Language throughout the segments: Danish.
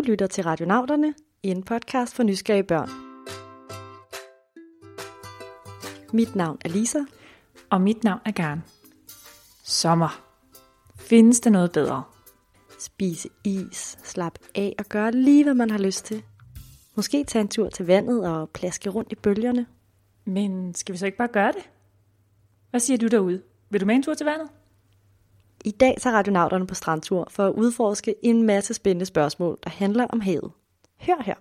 lytter til Radionauterne, en podcast for nysgerrige børn. Mit navn er Lisa. Og mit navn er Karen. Sommer. Findes der noget bedre? Spise is, slap af og gøre lige, hvad man har lyst til. Måske tage en tur til vandet og plaske rundt i bølgerne. Men skal vi så ikke bare gøre det? Hvad siger du derude? Vil du med en tur til vandet? I dag tager Radionauterne på strandtur for at udforske en masse spændende spørgsmål, der handler om havet. Hør her.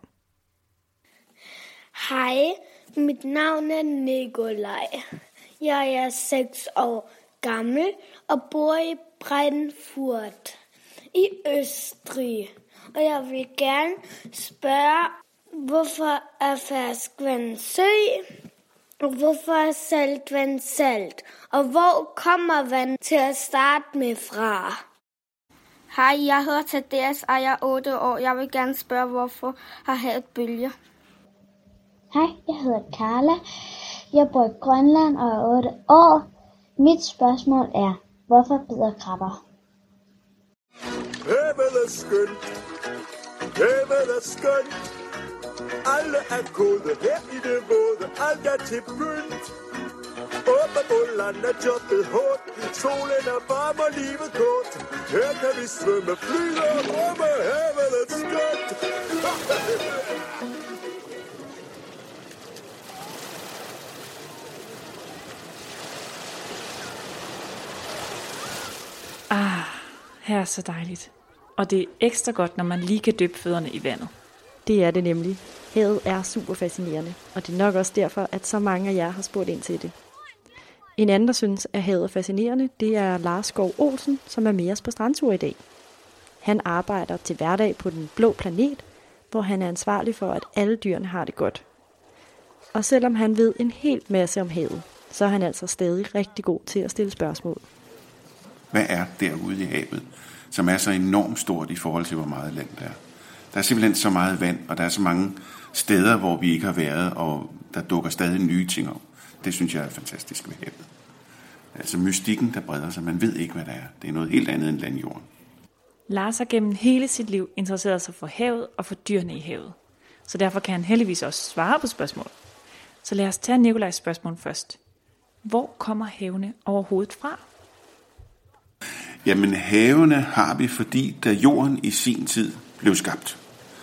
Hej, mit navn er Nikolaj. Jeg er 6 år gammel og bor i Brandfurt i Østrig. Og jeg vil gerne spørge, hvorfor er ferskvand sød? Og hvorfor er saltvand salt? Og hvor kommer vand til at starte med fra? Hej, jeg hedder Thaddeus, og jeg er 8 år. Jeg vil gerne spørge, hvorfor har havet bølger? Hej, jeg hedder Carla. Jeg bor i Grønland og er 8 år. Mit spørgsmål er, hvorfor bider krabber? Havet er skønt. Havet er skønt. Alle er gode her i det våde. Alt er til pynt. Oppe på land er jobbet hårdt. Solen er varm og livet kort. Her kan vi svømme, flyde og rumme. Havet er skønt. Her er så dejligt. Og det er ekstra godt, når man lige kan dyppe fødderne i vandet. Det er det nemlig. Havet er super fascinerende, og det er nok også derfor, at så mange af jer har spurgt ind til det. En anden, der synes, at havet er fascinerende, det er Lars Skov Olsen, som er med os på strandtur i dag. Han arbejder til hverdag på Den Blå Planet, hvor han er ansvarlig for, at alle dyrene har det godt. Og selvom han ved en hel masse om havet, så er han altså stadig rigtig god til at stille spørgsmål. Hvad er derude i havet, som er så enormt stort i forhold til, hvor meget land der er? Der er simpelthen så meget vand, og der er så mange steder, hvor vi ikke har været, og der dukker stadig nye ting op. Det synes jeg er fantastisk ved havet. Altså mystikken, der breder sig, man ved ikke, hvad der er. Det er noget helt andet end landjorden. Lars har gennem hele sit liv interesseret sig for havet og for dyrene i havet. Så derfor kan han heldigvis også svare på spørgsmål. Så lad os tage Nikolajs spørgsmål først. Hvor kommer havene overhovedet fra? Jamen havene har vi, fordi da jorden i sin tid blev skabt,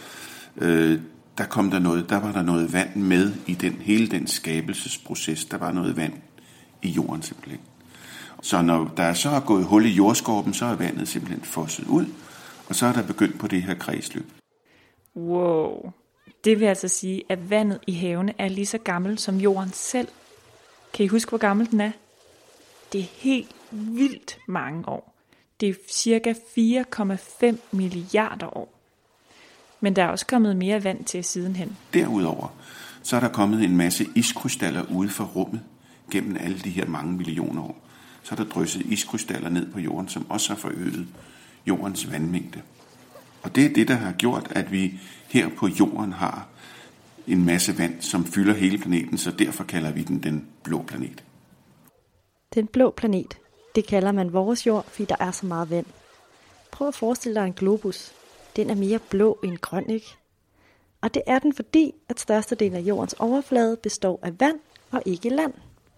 der var der noget vand med i hele den skabelsesproces. Der var noget vand i jorden simpelthen. Så når der så er gået hul i jordskorpen, så er vandet simpelthen fosset ud, og så er der begyndt på det her kredsløb. Wow. Det vil altså sige, at vandet i havene er lige så gammelt som jorden selv. Kan I huske, hvor gammel den er? Det er helt vildt mange år. Det er cirka 4,5 milliarder år. Men der er også kommet mere vand til sidenhen. Derudover så er der kommet en masse iskrystaller ude for rummet gennem alle de her mange millioner år. Så er der drysset iskrystaller ned på jorden, som også har forøget jordens vandmængde. Og det er det, der har gjort, at vi her på jorden har en masse vand, som fylder hele planeten, så derfor kalder vi den blå planet. Den blå planet, det kalder man vores jord, fordi der er så meget vand. Prøv at forestille dig en globus. Den er mere blå end grøn, ikke? Og det er den, fordi at størstedelen af jordens overflade består af vand og ikke land.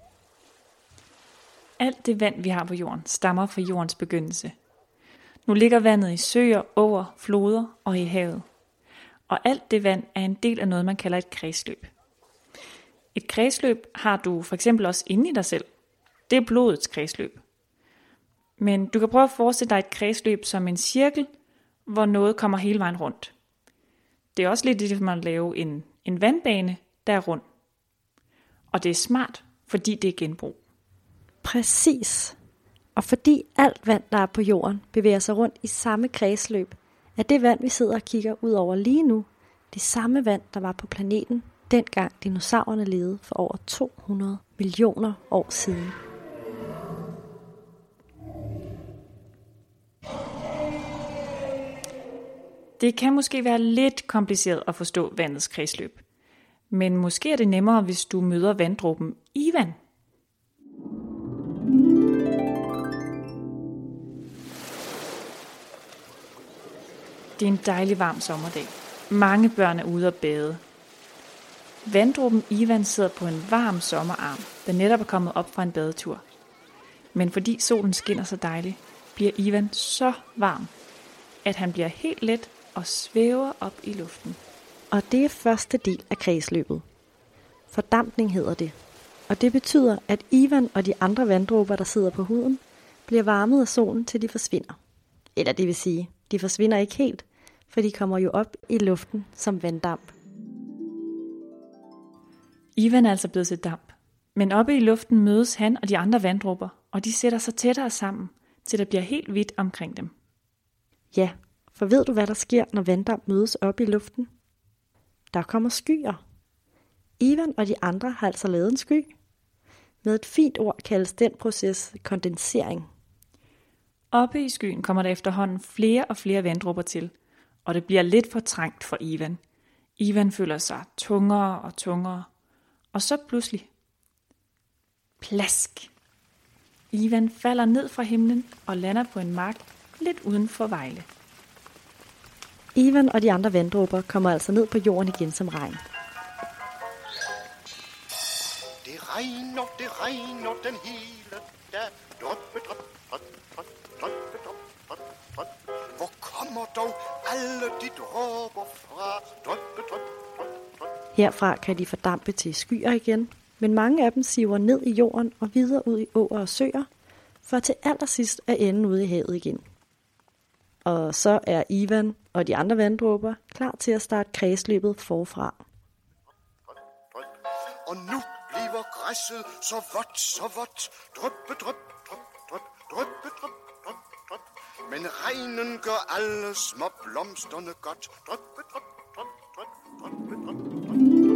Alt det vand, vi har på jorden, stammer fra jordens begyndelse. Nu ligger vandet i søer, åer, floder og i havet. Og alt det vand er en del af noget, man kalder et kredsløb. Et kredsløb har du for eksempel også inde i dig selv. Det er blodets kredsløb. Men du kan prøve at forestille dig et kredsløb som en cirkel, hvor noget kommer hele vejen rundt. Det er også lidt ligesom at lave en vandbane, der er rund. Og det er smart, fordi det er genbrug. Præcis. Og fordi alt vand, der er på jorden, bevæger sig rundt i samme kredsløb, er det vand, vi sidder og kigger ud over lige nu, det samme vand, der var på planeten, dengang dinosaurerne levede for over 200 millioner år siden. Det kan måske være lidt kompliceret at forstå vandets kredsløb. Men måske er det nemmere, hvis du møder vanddråben i vand. Det er en dejlig varm sommerdag. Mange børn er ude at bade. Vanddråben Ivan sidder på en varm sommerarm, der netop er kommet op fra en badetur. Men fordi solen skinner så dejligt, bliver Ivan så varm, at han bliver helt let og svæver op i luften. Og det er første del af kredsløbet. Fordampning hedder det. Og det betyder, at Ivan og de andre vanddråber, der sidder på huden, bliver varmet af solen, til de forsvinder. Eller det vil sige, de forsvinder ikke helt, for de kommer jo op i luften som vanddamp. Ivan er altså blevet til damp, men oppe i luften mødes han og de andre vanddråber, og de sætter sig tættere sammen, til der bliver helt hvidt omkring dem. Ja, for ved du, hvad der sker, når vanddamp mødes oppe i luften? Der kommer skyer. Ivan og de andre har altså lavet en sky. Med et fint ord kaldes den proces kondensering. Oppe i skyen kommer der efterhånden flere og flere vanddråber til, og det bliver lidt for trængt for Ivan. Ivan føler sig tungere og tungere, og så pludselig plask. Ivan falder ned fra himlen og lander på en mark lidt uden for Vejle. Ivan og de andre vanddråber kommer altså ned på jorden igen som regn. Det regner den hele dag. Dryppe, dryp, dryp, dryp, dryppe, dryp, dryp, dryp. Hvor kommer dog alle de dråber fra? Dryppe, dryp, dryp, dryp. Herfra kan de fordampe til skyer igen, men mange af dem siver ned i jorden og videre ud i åer og søer, for til allersidst at ende ude i havet igen. Og så er Ivan og de andre vanddråber klar til at starte kredsløbet forfra. Og nu bliver græsset så vådt. Dryppe, dryp, dryp, dryp, dryppe, dryp, dryp, dryp. Men regnen gør alle små blomsterne godt. Dryppe, dryp, dryp, dryp, dryppe, dryp, dryp.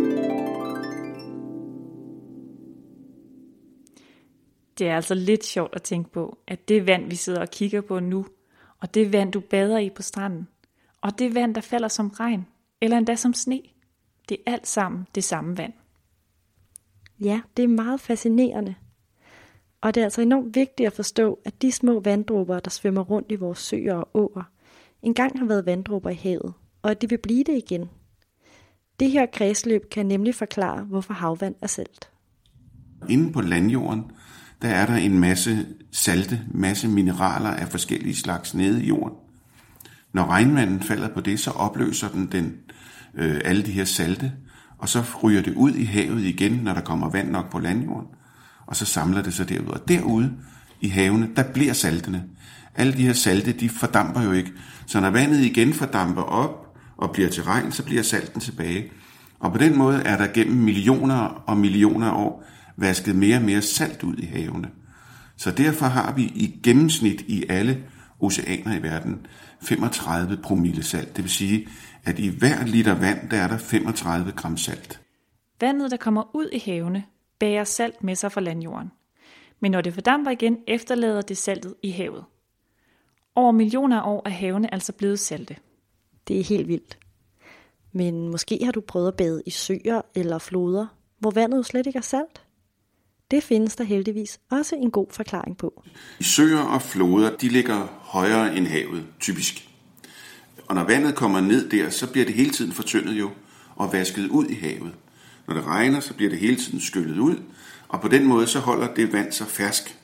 Det er altså lidt sjovt at tænke på, at det vand, vi sidder og kigger på nu, og det vand, du bader i på stranden, og det vand, der falder som regn, eller endda som sne, det er alt sammen det samme vand. Ja, det er meget fascinerende. Og det er altså enormt vigtigt at forstå, at de små vanddråber, der svømmer rundt i vores søer og åer, engang har været vanddråber i havet, og at de vil blive det igen. Det her kredsløb kan nemlig forklare, hvorfor havvand er salt. Inde på landjorden, der er der en masse mineraler af forskellige slags nede i jorden. Når regnvandet falder på det, så opløser den alle de her salte, og så ryger det ud i havet igen, når der kommer vand nok på landjorden, og så samler det sig derude. Og derude i havene, der bliver saltene. Alle de her salte, de fordamper jo ikke. Så når vandet igen fordamper op og bliver til regn, så bliver salten tilbage. Og på den måde er der gennem millioner og millioner af år vasket mere og mere salt ud i havene. Så derfor har vi i gennemsnit i alle oceaner i verden 35 promille salt. Det vil sige, at i hver liter vand, der er der 35 gram salt. Vandet, der kommer ud i havene, bærer salt med sig fra landjorden. Men når det fordamper igen, efterlader det saltet i havet. Over millioner af år er havene altså blevet salte. Det er helt vildt. Men måske har du prøvet at bade i søer eller floder, hvor vandet jo slet ikke er salt. Det findes der heldigvis også en god forklaring på. Søer og floder, de ligger højere end havet, typisk. Og når vandet kommer ned der, så bliver det hele tiden fortyndet jo og vasket ud i havet. Når det regner, så bliver det hele tiden skyllet ud, og på den måde så holder det vand sig fersk.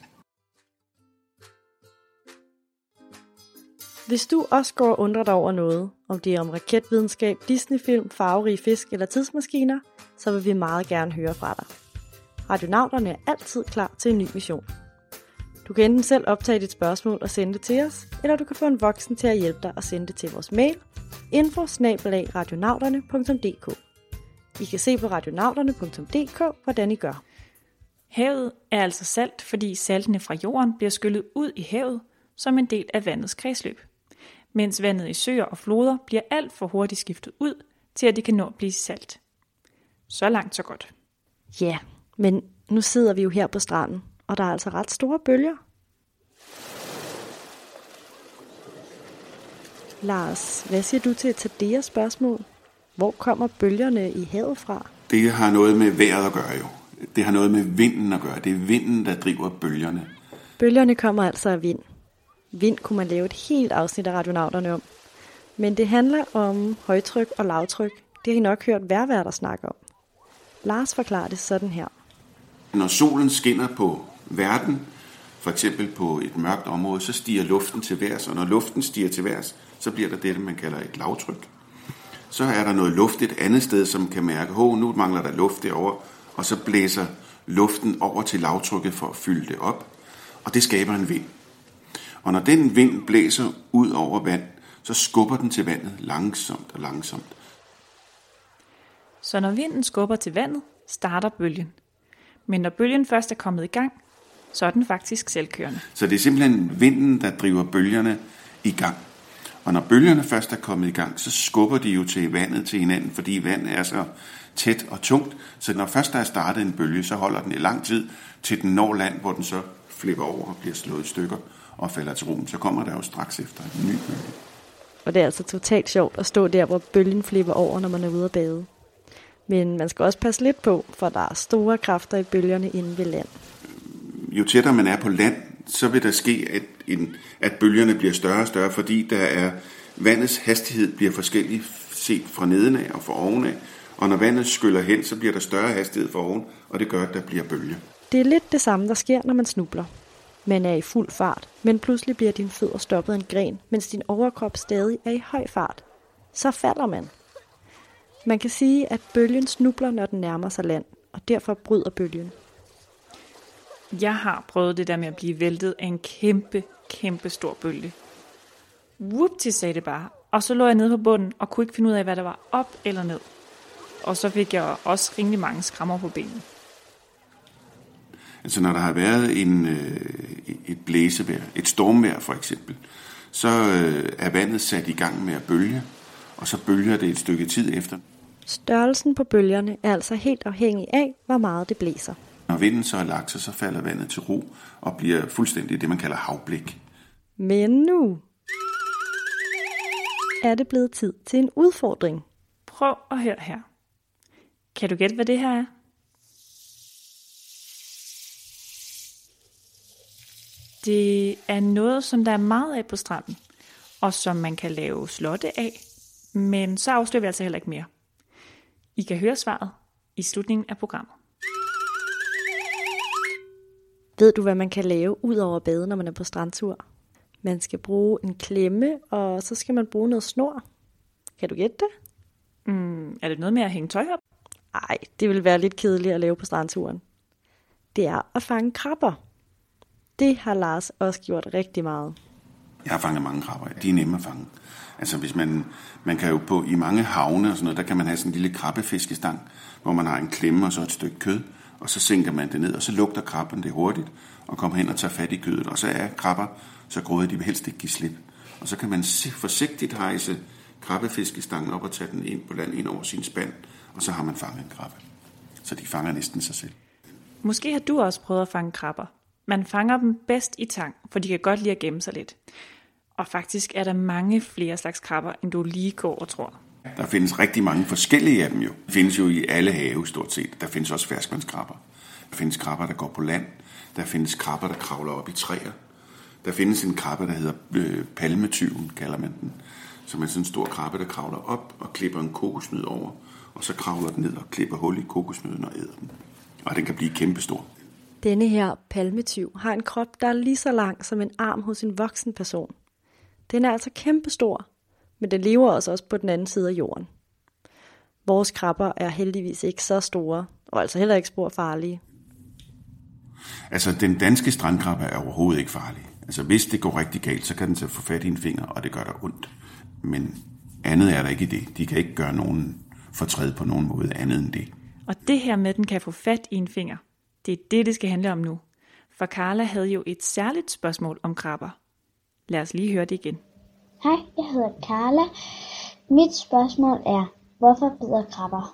Hvis du også går og undrer dig over noget, om det er om raketvidenskab, Disney-film, farverige fisk eller tidsmaskiner, så vil vi meget gerne høre fra dig. Radionauterne er altid klar til en ny mission. Du kan enten selv optage dit spørgsmål og sende det til os, eller du kan få en voksen til at hjælpe dig og sende det til vores mail info@radionauterne.dk. I kan se på radionauterne.dk, hvordan I gør. Havet er altså salt, fordi saltene fra jorden bliver skyllet ud i havet som en del af vandets kredsløb, mens vandet i søer og floder bliver alt for hurtigt skiftet ud, til at det kan nå at blive salt. Så langt, så godt. Ja, men nu sidder vi jo her på stranden, og der er altså ret store bølger. Lars, hvad siger du til Tadeas spørgsmål? Hvor kommer bølgerne i havet fra? Det har noget med vejret at gøre jo. Det har noget med vinden at gøre. Det er vinden, der driver bølgerne. Bølgerne kommer altså af vind. Vind kunne man lave et helt afsnit af Radionauterne om. Men det handler om højtryk og lavtryk. Det har I nok hørt vejrværter snakke om. Lars forklarer det sådan her. Når solen skinner på verden, for eksempel på et mørkt område, så stiger luften til værs, og når luften stiger til værs, så bliver der det, man kalder et lavtryk. Så er der noget luft et andet sted, som kan mærke, nu mangler der luft derovre, og så blæser luften over til lavtrykket for at fylde det op, og det skaber en vind. Og når den vind blæser ud over vand, så skubber den til vandet langsomt og langsomt. Så når vinden skubber til vandet, starter bølgen. Men når bølgen først er kommet i gang, så er den faktisk selvkørende. Så det er simpelthen vinden, der driver bølgerne i gang. Og når bølgerne først er kommet i gang, så skubber de jo til vandet til hinanden, fordi vand er så tæt og tungt. Så når først der er startet en bølge, så holder den i lang tid, til den når land, hvor den så flipper over og bliver slået i stykker og falder til rum. Så kommer der jo straks efter en ny bølge. Og det er altså totalt sjovt at stå der, hvor bølgen flipper over, når man er ude at bade. Men man skal også passe lidt på, for der er store kræfter i bølgerne inde ved land. Jo tættere man er på land, så vil der ske, at bølgerne bliver større og større, fordi vandets hastighed bliver forskellig set fra nedenaf og fra ovenaf. Og når vandet skyller hen, så bliver der større hastighed fra oven, og det gør, at der bliver bølger. Det er lidt det samme, der sker, når man snubler. Man er i fuld fart, men pludselig bliver dine fødder stoppet af en gren, mens din overkrop stadig er i høj fart. Så falder man. Man kan sige, at bølgen snubler, når den nærmer sig land, og derfor bryder bølgen. Jeg har prøvet det der med at blive væltet af en kæmpe stor bølge. Whoopty, sagde det bare, og så lå jeg nede på bunden og kunne ikke finde ud af, hvad der var op eller ned. Og så fik jeg også rimelig mange skrammer på benene. Altså når der har været et blæsevejr, et stormvejr for eksempel, så er vandet sat i gang med at bølge, og så bølger det et stykke tid efter. Størrelsen på bølgerne er altså helt afhængig af, hvor meget det blæser. Når vinden så er lagt sig, så falder vandet til ro og bliver fuldstændig det, man kalder havblik. Men nu er det blevet tid til en udfordring. Prøv at høre her. Kan du gætte, hvad det her er? Det er noget, som der er meget af på stranden, og som man kan lave slotte af, men så afslører vi altså heller ikke mere. I kan høre svaret i slutningen af programmet. Ved du, hvad man kan lave ud over bade, når man er på strandtur? Man skal bruge en klemme, og så skal man bruge noget snor. Kan du gætte det? Er det noget med at hænge tøj op? Ej, det vil være lidt kedeligt at lave på strandturen. Det er at fange krabber. Det har Lars også gjort rigtig meget. Jeg har fanget mange krabber. De er nemme at fange. Altså hvis man kan jo i mange havne og sådan noget, der kan man have sådan en lille krabbefiskestang, hvor man har en klemme og så et stykke kød, og så sænker man det ned, og så lugter krabben det hurtigt, og kommer hen og tager fat i kødet. Og så er krabber så grådige, de vil helst ikke give slip. Og så kan man forsigtigt hejse krabbefiskestangen op og tage den ind på land, ind over sin spand, og så har man fanget en krabbe. Så de fanger næsten sig selv. Måske har du også prøvet at fange krabber. Man fanger dem bedst i tang, for de kan godt lide at gemme sig lidt. Og faktisk er der mange flere slags krabber, end du lige går og tror. Der findes rigtig mange forskellige af dem jo. Der findes jo i alle have stort set. Der findes også ferskvandskrabber. Der findes krabber, der går på land. Der findes krabber, der kravler op i træer. Der findes en krabbe, der hedder palmetyven, kalder man den. Som er sådan en stor krabbe, der kravler op og klipper en kokosnød over. Og så kravler den ned og klipper hul i kokosnøden og æder den. Og den kan blive kæmpestor. Denne her palmetyv har en krop, der er lige så lang som en arm hos en voksen person. Den er altså kæmpestor, men den lever også på den anden side af jorden. Vores krabber er heldigvis ikke så store, og altså heller ikke spor farlige. Altså, den danske strandkrabbe er overhovedet ikke farlig. Altså, hvis det går rigtig galt, så kan den så få fat i en finger, og det gør der ondt. Men andet er der ikke i det. De kan ikke gøre nogen fortræd på nogen måde andet end det. Og det her med, at den kan få fat i en finger, det er det skal handle om nu. For Carla havde jo et særligt spørgsmål om krabber. Lad os lige høre det igen. Hej, jeg hedder Carla. Mit spørgsmål er, hvorfor bider krabber?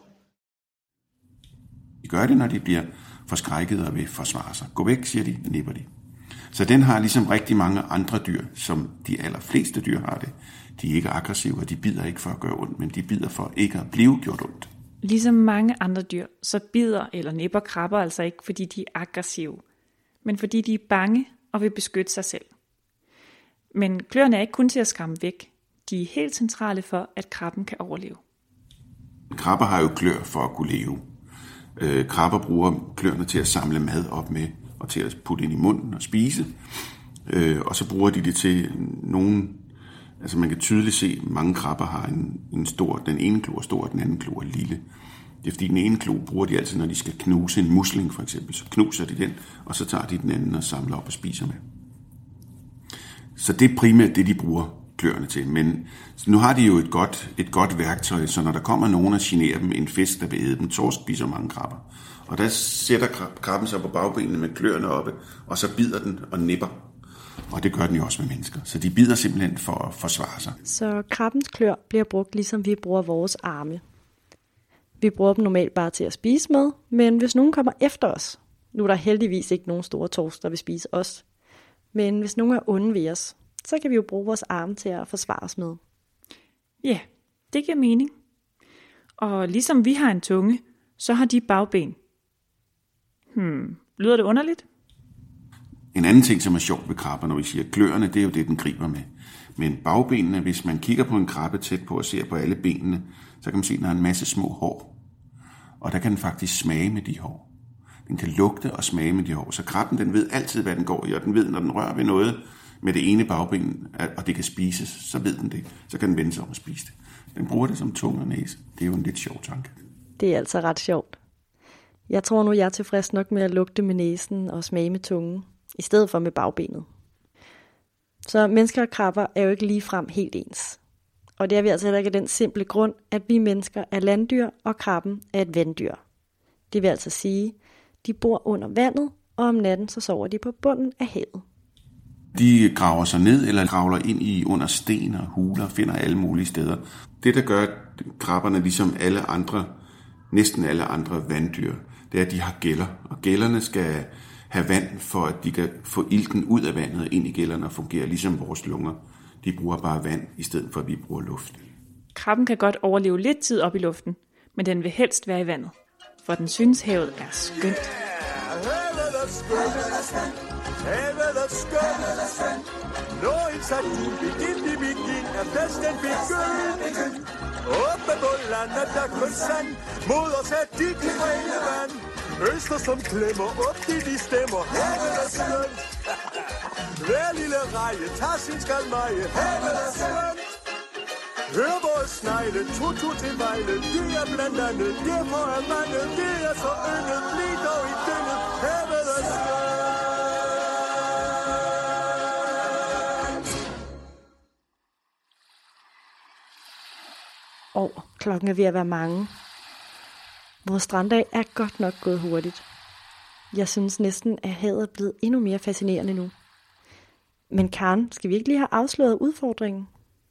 De gør det, når de bliver forskrækket og vil forsvare sig. Gå væk, siger de, nipper de. Så den har ligesom rigtig mange andre dyr, som de allerfleste dyr har det. De er ikke aggressive, og de bider ikke for at gøre ondt, men de bider for ikke at blive gjort ondt. Ligesom mange andre dyr, så bider eller nipper krabber altså ikke, fordi de er aggressive, men fordi de er bange og vil beskytte sig selv. Men kløerne er ikke kun til at skræmme væk. De er helt centrale for, at krabben kan overleve. Krabber har jo klør for at kunne leve. Krabber bruger kløerne til at samle mad op med, og til at putte ind i munden og spise. Og så bruger de det til nogen. Altså man kan tydeligt se, at mange krabber har en stor, den ene klo er stor, og den anden klo er lille. Det er fordi den ene klo bruger de altid, når de skal knuse en musling for eksempel. Så knuser de den, og så tager de den anden og samler op og spiser med. Så det er primært det, de bruger kløerne til. Men nu har de jo et godt værktøj, så når der kommer nogen og generer dem, en fisk, der vil æde dem, torsk spiser mange krabber. Og der sætter krabben sig på bagbenene med kløerne oppe, og så bider den og nipper. Og det gør den jo også med mennesker. Så de bider simpelthen for at forsvare sig. Så krabbens klør bliver brugt, ligesom vi bruger vores arme. Vi bruger dem normalt bare til at spise med, men hvis nogen kommer efter os, nu er der heldigvis ikke nogen store torsk, der vil spise os, men hvis nogen er onde ved os, så kan vi jo bruge vores arme til at forsvare os med. Ja, det giver mening. Og ligesom vi har en tunge, så har de bagben. Lyder det underligt? En anden ting, som er sjovt ved krabber, når vi siger kløerne, det er jo det, den griber med. Men bagbenene, hvis man kigger på en krabbe tæt på og ser på alle benene, så kan man se, at den har en masse små hår. Og der kan den faktisk smage med de hår. Den kan lugte og smage med de hår. Så krabben, den ved altid, hvad den går i, og den ved, når den rører ved noget med det ene bagben, og det kan spises, så ved den det. Så kan den vende sig om og spise det. Den bruger det som tunge og næse. Det er jo en lidt sjov tanke. Det er altså ret sjovt. Jeg tror nu, jeg er tilfreds nok med at lugte med næsen og smage med tungen, i stedet for med bagbenet. Så mennesker og krabber er jo ikke ligefrem helt ens. Og det er vi altså heller ikke af den simple grund, at vi mennesker er landdyr, og krabben er et vanddyr. Det vil altså sige, de bor under vandet, og om natten så sover de på bunden af havet. De graver sig ned eller kravler ind under sten og huler og finder alle mulige steder. Det, der gør krabberne ligesom næsten alle andre vanddyr, det er, at de har gælder. Og gællerne skal have vand, for at de kan få ilten ud af vandet og ind i gællerne og fungere ligesom vores lunger. De bruger bare vand, i stedet for at vi bruger luft. Krabben kan godt overleve lidt tid op i luften, men den vil helst være i vandet, for den synes havet er skønt. Havet er skønt. Når en sardin begin, er festen begyndt. Oppe på landet, der kun sand, mod os er dit rene vand. Øster som klemmer, op de stemmer, havet er skønt. Hver lille reje tager sin skalmeje, havet er skønt. Hør vores snegle, tutu til vejle, det er blandt andet, derfor er vandet, det er så yndet, bliv dog i dynget, havet er skønt. Og klokken er ved at være mange. Vores stranddag er godt nok gået hurtigt. Jeg synes næsten, at havet er blevet endnu mere fascinerende nu. Men Karen, skal vi ikke lige have afsløret udfordringen?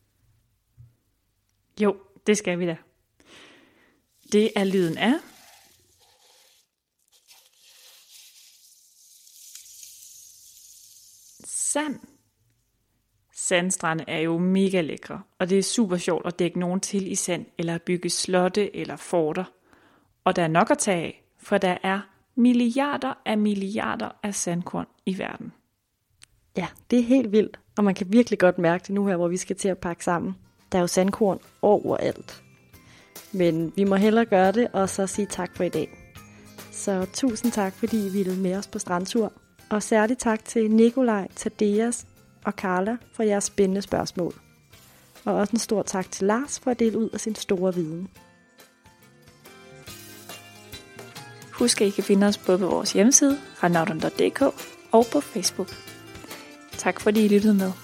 Jo, det skal vi da. Det er lyden af sand. Sandstrande er jo mega lækre, og det er super sjovt at dække nogen til i sand, eller bygge slotte eller forter. Og der er nok at tage af, for der er milliarder af sandkorn i verden. Ja, det er helt vildt, og man kan virkelig godt mærke det nu her, hvor vi skal til at pakke sammen. Der er jo sandkorn overalt. Men vi må hellere gøre det, og så sige tak for i dag. Så tusind tak, fordi I ville med os på strandtur. Og særligt tak til Nikolaj, Thaddeus og Carla for jeres spændende spørgsmål. Og også en stor tak til Lars for at dele ud af sin store viden. Husk, at I kan finde os både på vores hjemmeside, randnauten.dk og på Facebook. Tak fordi I lyttede med.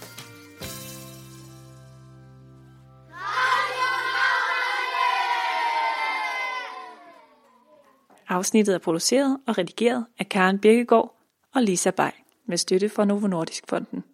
Afsnittet er produceret og redigeret af Karen Birkegaard og Lisa Bay med støtte fra Novo Nordisk Fonden.